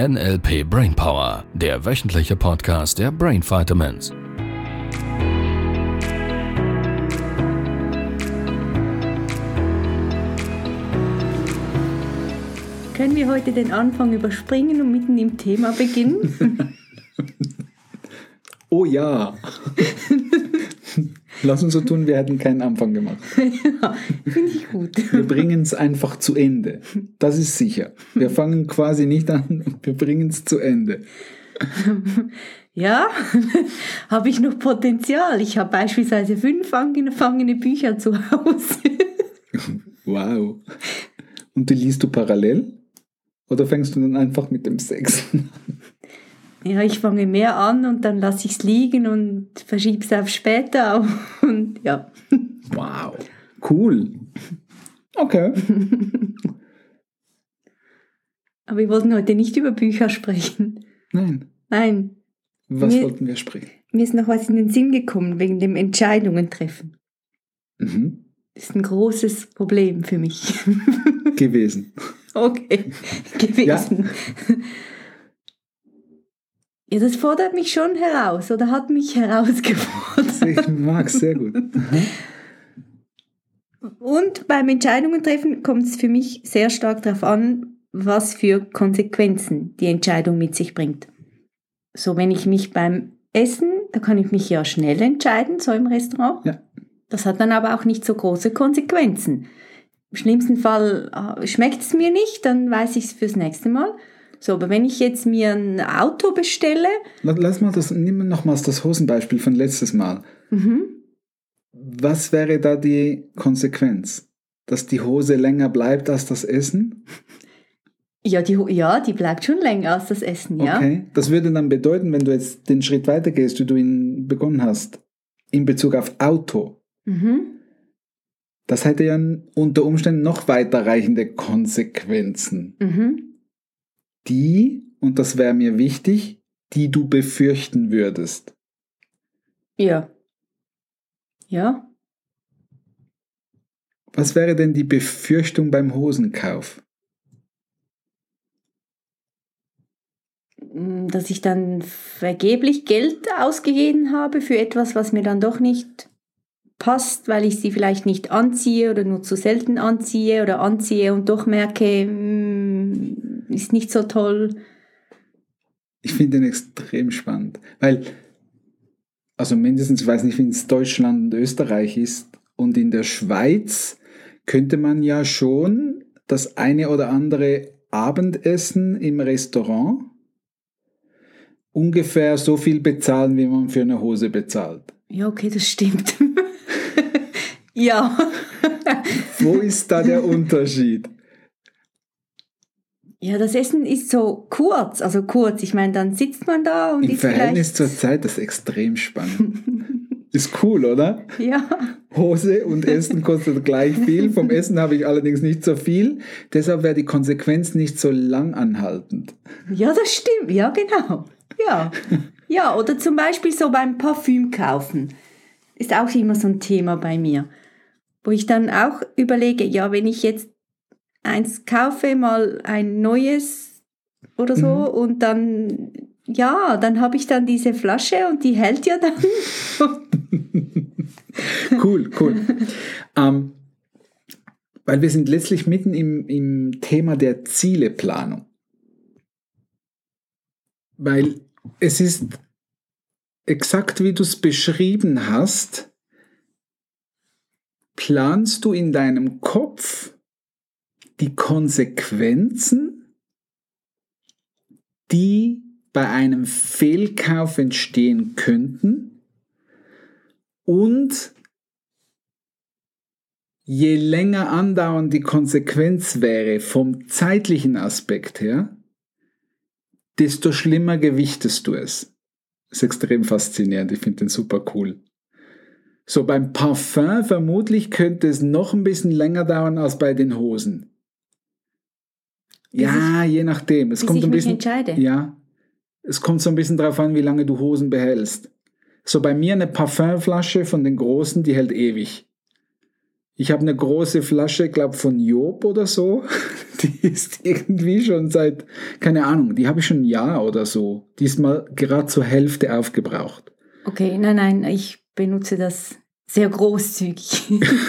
NLP Brainpower, der wöchentliche Podcast der Brain Vitamins. Können wir heute den Anfang überspringen und mitten im Thema beginnen? Oh ja. Lass uns so tun, wir hätten keinen Anfang gemacht. Ja, finde ich gut. Wir bringen es einfach zu Ende. Das ist sicher. Wir fangen quasi nicht an, wir bringen es zu Ende. Ja, habe ich noch Potenzial. Ich habe beispielsweise 5 angefangene Bücher zu Hause. Wow. Und die liest du parallel? Oder fängst du dann einfach mit dem 6. an? Ja, ich fange mehr an und dann lasse ich es liegen und verschiebe es auf später. Und ja. Wow. Cool. Okay. Aber wir wollten heute nicht über Bücher sprechen. Nein. Nein. Was wollten wir sprechen? Mir ist noch was in den Sinn gekommen wegen dem Entscheidungen treffen. Mhm. Das ist ein großes Problem für mich. Gewesen. Okay, gewesen. Ja, das fordert mich schon heraus oder hat mich herausgefordert. Ich mag es sehr gut. Und beim Entscheidungen treffen kommt es für mich sehr stark darauf an, was für Konsequenzen die Entscheidung mit sich bringt. So, wenn ich mich beim Essen, da kann ich mich ja schnell entscheiden, so im Restaurant. Ja. Das hat dann aber auch nicht so große Konsequenzen. Im schlimmsten Fall schmeckt es mir nicht, dann weiß ich es fürs nächste Mal. So, aber wenn ich jetzt mir ein Auto bestelle... Nimm nochmals das Hosenbeispiel von letztes Mal. Mhm. Was wäre da die Konsequenz? Dass die Hose länger bleibt als das Essen? Ja, die bleibt schon länger als das Essen, ja. Okay, das würde dann bedeuten, wenn du jetzt den Schritt weitergehst, wie du ihn begonnen hast, in Bezug auf Auto. Mhm. Das hätte ja unter Umständen noch weiterreichende Konsequenzen. Mhm. Die, und das wäre mir wichtig, die du befürchten würdest. Ja. Ja. Was wäre denn die Befürchtung beim Hosenkauf? Dass ich dann vergeblich Geld ausgegeben habe für etwas, was mir dann doch nicht passt, weil ich sie vielleicht nicht anziehe oder nur zu selten anziehe oder anziehe und doch merke, ist nicht so toll. Ich finde den extrem spannend, weil, also mindestens, ich weiß nicht, wie es Deutschland und Österreich ist, und in der Schweiz könnte man ja schon das eine oder andere Abendessen im Restaurant ungefähr so viel bezahlen, wie man für eine Hose bezahlt. Ja, okay, das stimmt. Ja. Wo ist da der Unterschied? Ja, das Essen ist so kurz, ich meine, dann sitzt man da und im ist Verhältnis zur Zeit, das ist extrem spannend. Ist cool, oder? Ja. Hose und Essen kostet gleich viel. Vom Essen habe ich allerdings nicht so viel. Deshalb wäre die Konsequenz nicht so lang anhaltend. Ja, das stimmt. Ja, genau. Ja. Ja, oder zum Beispiel so beim Parfüm kaufen. Ist auch immer so ein Thema bei mir. Wo ich dann auch überlege, ja, wenn ich jetzt eins kaufe, mal ein neues oder so, und dann, ja, dann habe ich dann diese Flasche und die hält ja dann. Cool. Weil wir sind letztlich mitten im Thema der Zieleplanung. Weil es ist exakt wie du es beschrieben hast, planst du in deinem Kopf die Konsequenzen, die bei einem Fehlkauf entstehen könnten, und je länger andauernd die Konsequenz wäre vom zeitlichen Aspekt her, desto schlimmer gewichtest du es. Das ist extrem faszinierend, ich finde den super cool. So, beim Parfum vermutlich könnte es noch ein bisschen länger dauern als bei den Hosen. Ja, je nachdem. Es kommt ich ein mich bisschen, entscheide. ja, es kommt so ein bisschen darauf an, wie lange du Hosen behältst. So, bei mir eine Parfümflasche von den großen, die hält ewig. Ich habe eine große Flasche, glaube von Job oder so. Die ist irgendwie schon seit, keine Ahnung, die habe ich schon ein Jahr oder so. Die ist mal gerade zur Hälfte aufgebraucht. Okay, nein, ich benutze das sehr großzügig.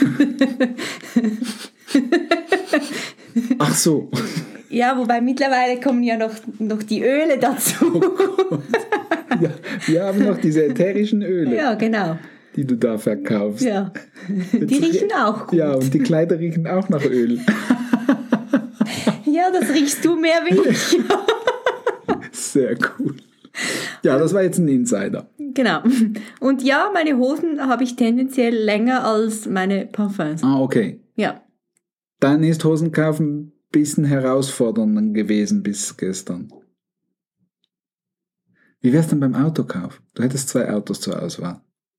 Ach so. Ja, wobei mittlerweile kommen ja noch die Öle dazu. Oh Gott. Ja, wir haben noch diese ätherischen Öle, Ja, genau. die du da verkaufst. Ja. Die riechen auch gut. Ja, und die Kleider riechen auch nach Öl. Ja, das riechst du mehr wie ich. Sehr cool. Ja, das war jetzt ein Insider. Genau. Und ja, meine Hosen habe ich tendenziell länger als meine Parfums. Ah, okay. Ja. Dann ist Hosenkaufen ein bisschen herausfordernder gewesen bis gestern. Wie wär's denn beim Autokauf? Du hättest 2 Autos zur Auswahl.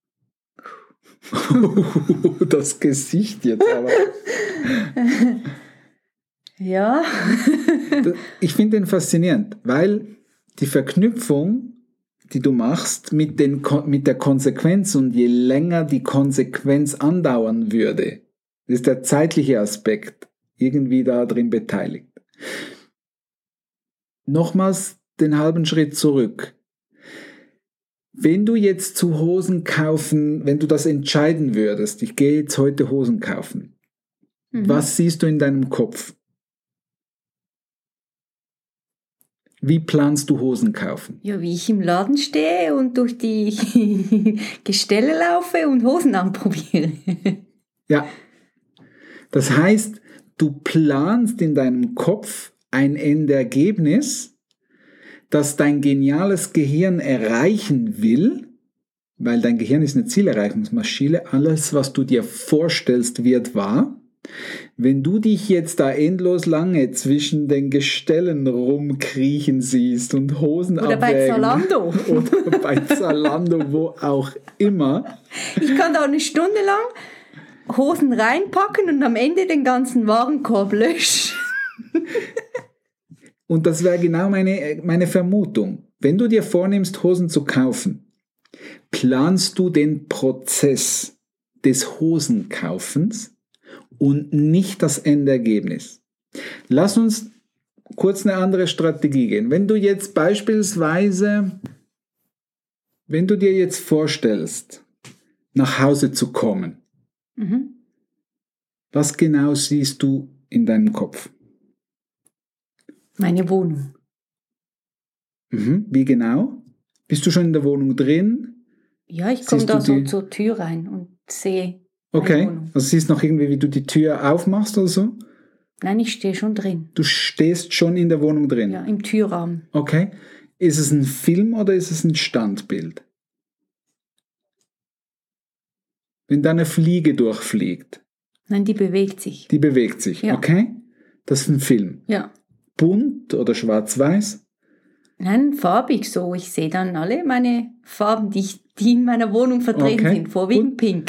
Das Gesicht jetzt aber. Ja. Ich finde den faszinierend, weil die Verknüpfung, die du machst mit der Konsequenz und je länger die Konsequenz andauern würde, ist der zeitliche Aspekt irgendwie da drin beteiligt. Nochmals den halben Schritt zurück. Wenn du jetzt zu Hosen kaufen, wenn du das entscheiden würdest, ich gehe jetzt heute Hosen kaufen, was siehst du in deinem Kopf? Wie planst du Hosen kaufen? Ja, wie ich im Laden stehe und durch die Gestelle laufe und Hosen anprobiere. Ja, das heißt, du planst in deinem Kopf ein Endergebnis, das dein geniales Gehirn erreichen will, weil dein Gehirn ist eine Zielerreichungsmaschine, alles, was du dir vorstellst, wird wahr. Wenn du dich jetzt da endlos lange zwischen den Gestellen rumkriechen siehst und Hosen oder abwägen, bei Zalando. Oder bei Zalando, wo auch immer. Ich kann da eine Stunde lang Hosen reinpacken und am Ende den ganzen Warenkorb löschen. Und das wäre genau meine Vermutung. Wenn du dir vornimmst, Hosen zu kaufen, planst du den Prozess des Hosenkaufens und nicht das Endergebnis. Lass uns kurz eine andere Strategie gehen. Wenn du jetzt beispielsweise, wenn du dir jetzt vorstellst, nach Hause zu kommen, was genau siehst du in deinem Kopf? Meine Wohnung. Wie genau? Bist du schon in der Wohnung drin? Ja, ich komme da so zur Tür rein und sehe meine Wohnung. Also siehst noch irgendwie, wie du die Tür aufmachst oder so? Nein, ich stehe schon drin. Du stehst schon in der Wohnung drin? Ja, im Türrahmen. Okay. Ist es ein Film oder ist es ein Standbild? Wenn da eine Fliege durchfliegt? Nein, die bewegt sich. Die bewegt sich, ja. Okay. Das ist ein Film. Ja. Bunt oder schwarz-weiß? Nein, farbig so. Ich sehe dann alle meine Farben, die in meiner Wohnung vertreten sind. Vorwiegend pink.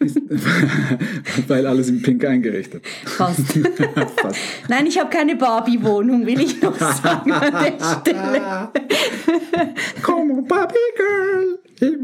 Weil alles in pink eingerichtet. Fast. Fast. Nein, ich habe keine Barbie-Wohnung, will ich noch sagen an der Stelle. Komm, Barbie Girl!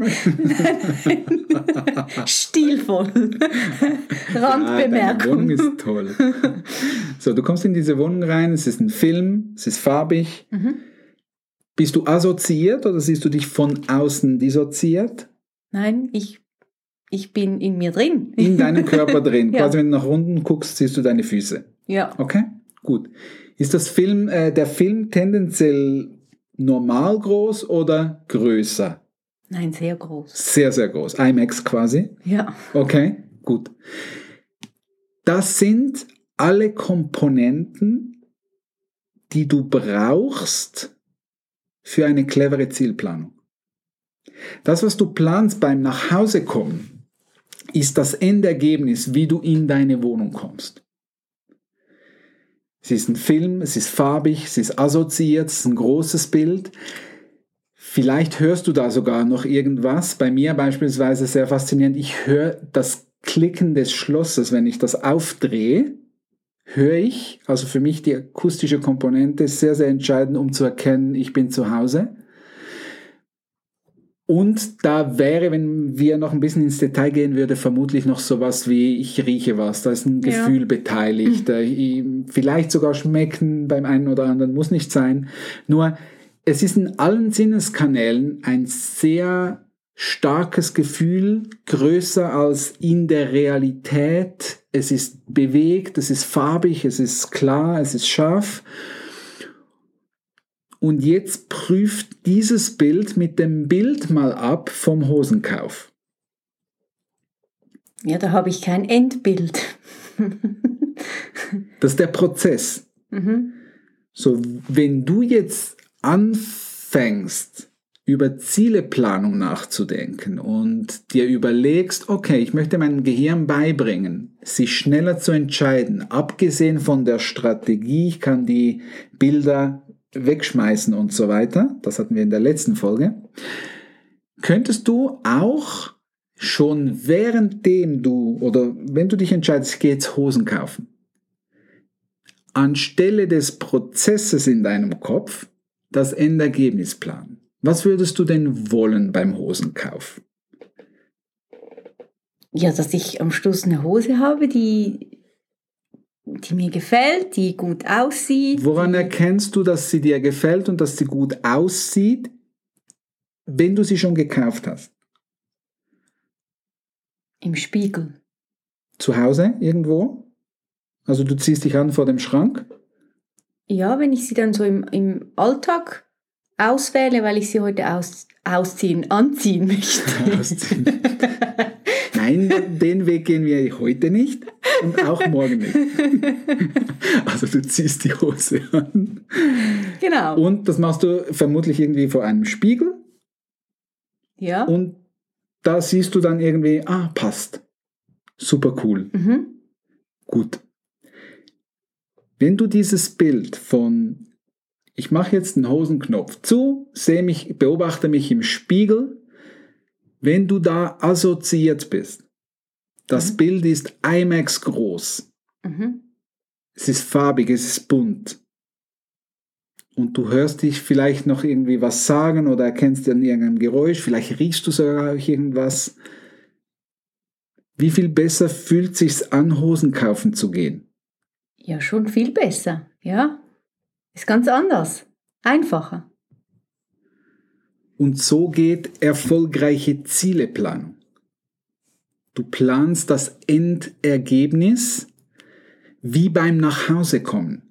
Stilvoll. Randbemerkung. Deine Wohnung ist toll. So, du kommst in diese Wohnung rein, es ist ein Film, es ist farbig. Bist du assoziiert oder siehst du dich von außen dissoziiert? Nein, ich bin in mir drin. In deinem Körper drin. Ja. Quasi, wenn du nach unten guckst, siehst du deine Füße. Ja. Okay, gut. Ist der Film tendenziell normal groß oder größer? Nein, sehr groß. Sehr, sehr groß. IMAX quasi? Ja. Okay, gut. Das sind alle Komponenten, die du brauchst für eine clevere Zielplanung. Das, was du planst beim Nachhausekommen, ist das Endergebnis, wie du in deine Wohnung kommst. Es ist ein Film, es ist farbig, es ist assoziiert, es ist ein großes Bild. Vielleicht hörst du da sogar noch irgendwas. Bei mir beispielsweise sehr faszinierend, ich höre das Klicken des Schlosses, wenn ich das aufdrehe, höre ich, also für mich die akustische Komponente ist sehr, sehr entscheidend, um zu erkennen, ich bin zu Hause. Und da wäre, wenn wir noch ein bisschen ins Detail gehen würde, vermutlich noch sowas wie, ich rieche was, da ist ein Gefühl beteiligt, vielleicht sogar schmecken beim einen oder anderen, muss nicht sein. Nur, es ist in allen Sinneskanälen ein sehr starkes Gefühl, größer als in der Realität. Es ist bewegt, es ist farbig, es ist klar, es ist scharf. Und jetzt prüft dieses Bild mit dem Bild mal ab vom Hosenkauf. Ja, da habe ich kein Endbild. Das ist der Prozess. So, wenn du jetzt anfängst, über Zieleplanung nachzudenken und dir überlegst, okay, ich möchte meinem Gehirn beibringen, sich schneller zu entscheiden, abgesehen von der Strategie, ich kann die Bilder wegschmeißen und so weiter, das hatten wir in der letzten Folge, könntest du auch schon währenddem du, oder wenn du dich entscheidest, ich gehe jetzt Hosen kaufen, anstelle des Prozesses in deinem Kopf das Endergebnis planen. Was würdest du denn wollen beim Hosenkauf? Ja, dass ich am Schluss eine Hose habe, die mir gefällt, die gut aussieht. Woran erkennst du, dass sie dir gefällt und dass sie gut aussieht, wenn du sie schon gekauft hast? Im Spiegel. Zu Hause irgendwo? Also du ziehst dich an vor dem Schrank? Ja, wenn ich sie dann so im Alltag auswähle, weil ich sie heute anziehen möchte. Nein, den Weg gehen wir heute nicht und auch morgen nicht. Also du ziehst die Hose an. Genau. Und das machst du vermutlich irgendwie vor einem Spiegel. Ja. Und da siehst du dann irgendwie, passt. Super cool. Gut. Wenn du dieses Bild von, ich mache jetzt einen Hosenknopf zu, sehe mich, beobachte mich im Spiegel, wenn du da assoziiert bist, das Bild ist IMAX groß, es ist farbig, es ist bunt und du hörst dich vielleicht noch irgendwie was sagen oder erkennst an irgendeinem Geräusch, vielleicht riechst du sogar irgendwas. Wie viel besser fühlt sich's an, Hosen kaufen zu gehen? Ja, schon viel besser, ja. Ist ganz anders, einfacher. Und so geht erfolgreiche Zieleplanung. Du planst das Endergebnis wie beim Nachhausekommen.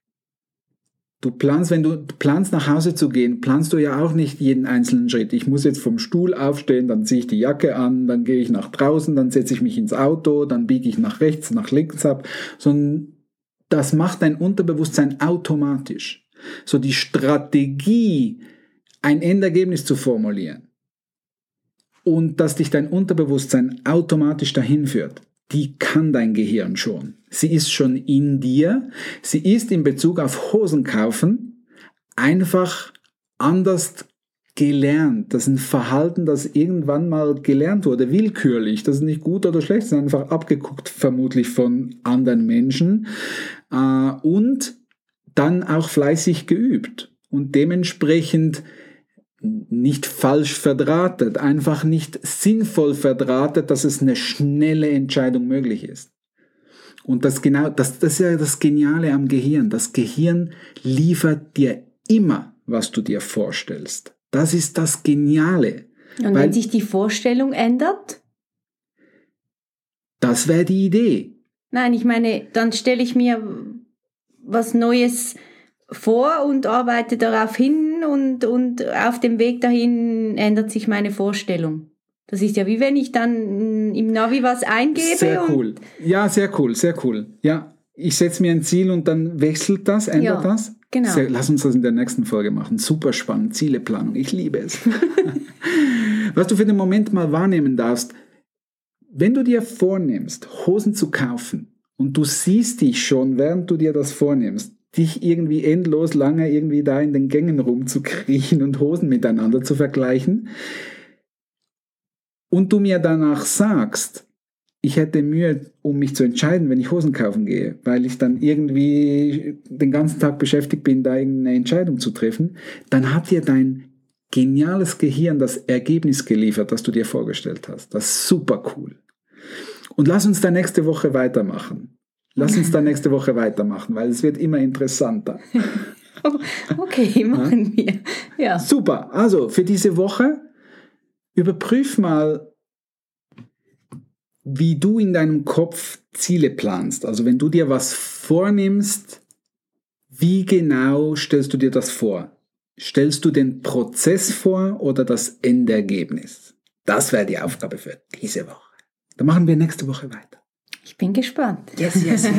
Wenn du planst nach Hause zu gehen, planst du ja auch nicht jeden einzelnen Schritt. Ich muss jetzt vom Stuhl aufstehen, dann ziehe ich die Jacke an, dann gehe ich nach draußen, dann setze ich mich ins Auto, dann biege ich nach rechts, nach links ab. Sondern das macht dein Unterbewusstsein automatisch. So die Strategie, ein Endergebnis zu formulieren und dass dich dein Unterbewusstsein automatisch dahin führt, die kann dein Gehirn schon. Sie ist schon in dir. Sie ist in Bezug auf Hosen kaufen einfach anders gelernt. Das ist ein Verhalten, das irgendwann mal gelernt wurde, willkürlich. Das ist nicht gut oder schlecht, das ist einfach abgeguckt vermutlich von anderen Menschen und dann auch fleißig geübt und dementsprechend nicht falsch verdrahtet, einfach nicht sinnvoll verdrahtet, dass es eine schnelle Entscheidung möglich ist. Und das ist ja das Geniale am Gehirn. Das Gehirn liefert dir immer, was du dir vorstellst. Das ist das Geniale. Und wenn sich die Vorstellung ändert? Das wäre die Idee. Nein, ich meine, dann stelle ich mir was Neues vor und arbeite darauf hin und auf dem Weg dahin ändert sich meine Vorstellung. Das ist ja wie wenn ich dann im Navi was eingebe. Sehr cool. Ja, sehr cool, sehr cool. Ja, ich setze mir ein Ziel und dann wechselt das, ändert das. Genau. Lass uns das in der nächsten Folge machen. Super spannend, Zieleplanung, ich liebe es. Was du für den Moment mal wahrnehmen darfst, wenn du dir vornimmst, Hosen zu kaufen und du siehst dich schon, während du dir das vornimmst, dich irgendwie endlos lange irgendwie da in den Gängen rumzukriechen und Hosen miteinander zu vergleichen und du mir danach sagst, ich hätte Mühe, um mich zu entscheiden, wenn ich Hosen kaufen gehe, weil ich dann irgendwie den ganzen Tag beschäftigt bin, da irgendeine Entscheidung zu treffen, dann hat dir dein geniales Gehirn das Ergebnis geliefert, das du dir vorgestellt hast. Das ist super cool. Und lass uns da nächste Woche weitermachen. Weil es wird immer interessanter. Okay, machen wir. Ja. Super. Also für diese Woche überprüf mal, wie du in deinem Kopf Ziele planst. Also wenn du dir was vornimmst, wie genau stellst du dir das vor? Stellst du den Prozess vor oder das Endergebnis? Das wäre die Aufgabe für diese Woche. Dann machen wir nächste Woche weiter. Ich bin gespannt. Yes.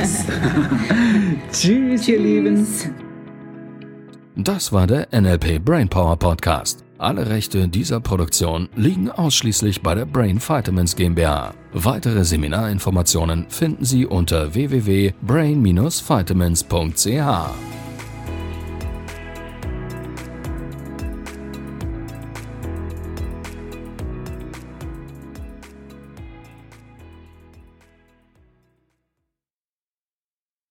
Tschüss, ihr Lieben. Das war der NLP Brainpower Podcast. Alle Rechte dieser Produktion liegen ausschließlich bei der Brain Vitamins GmbH. Weitere Seminarinformationen finden Sie unter www.brain-vitamins.ch.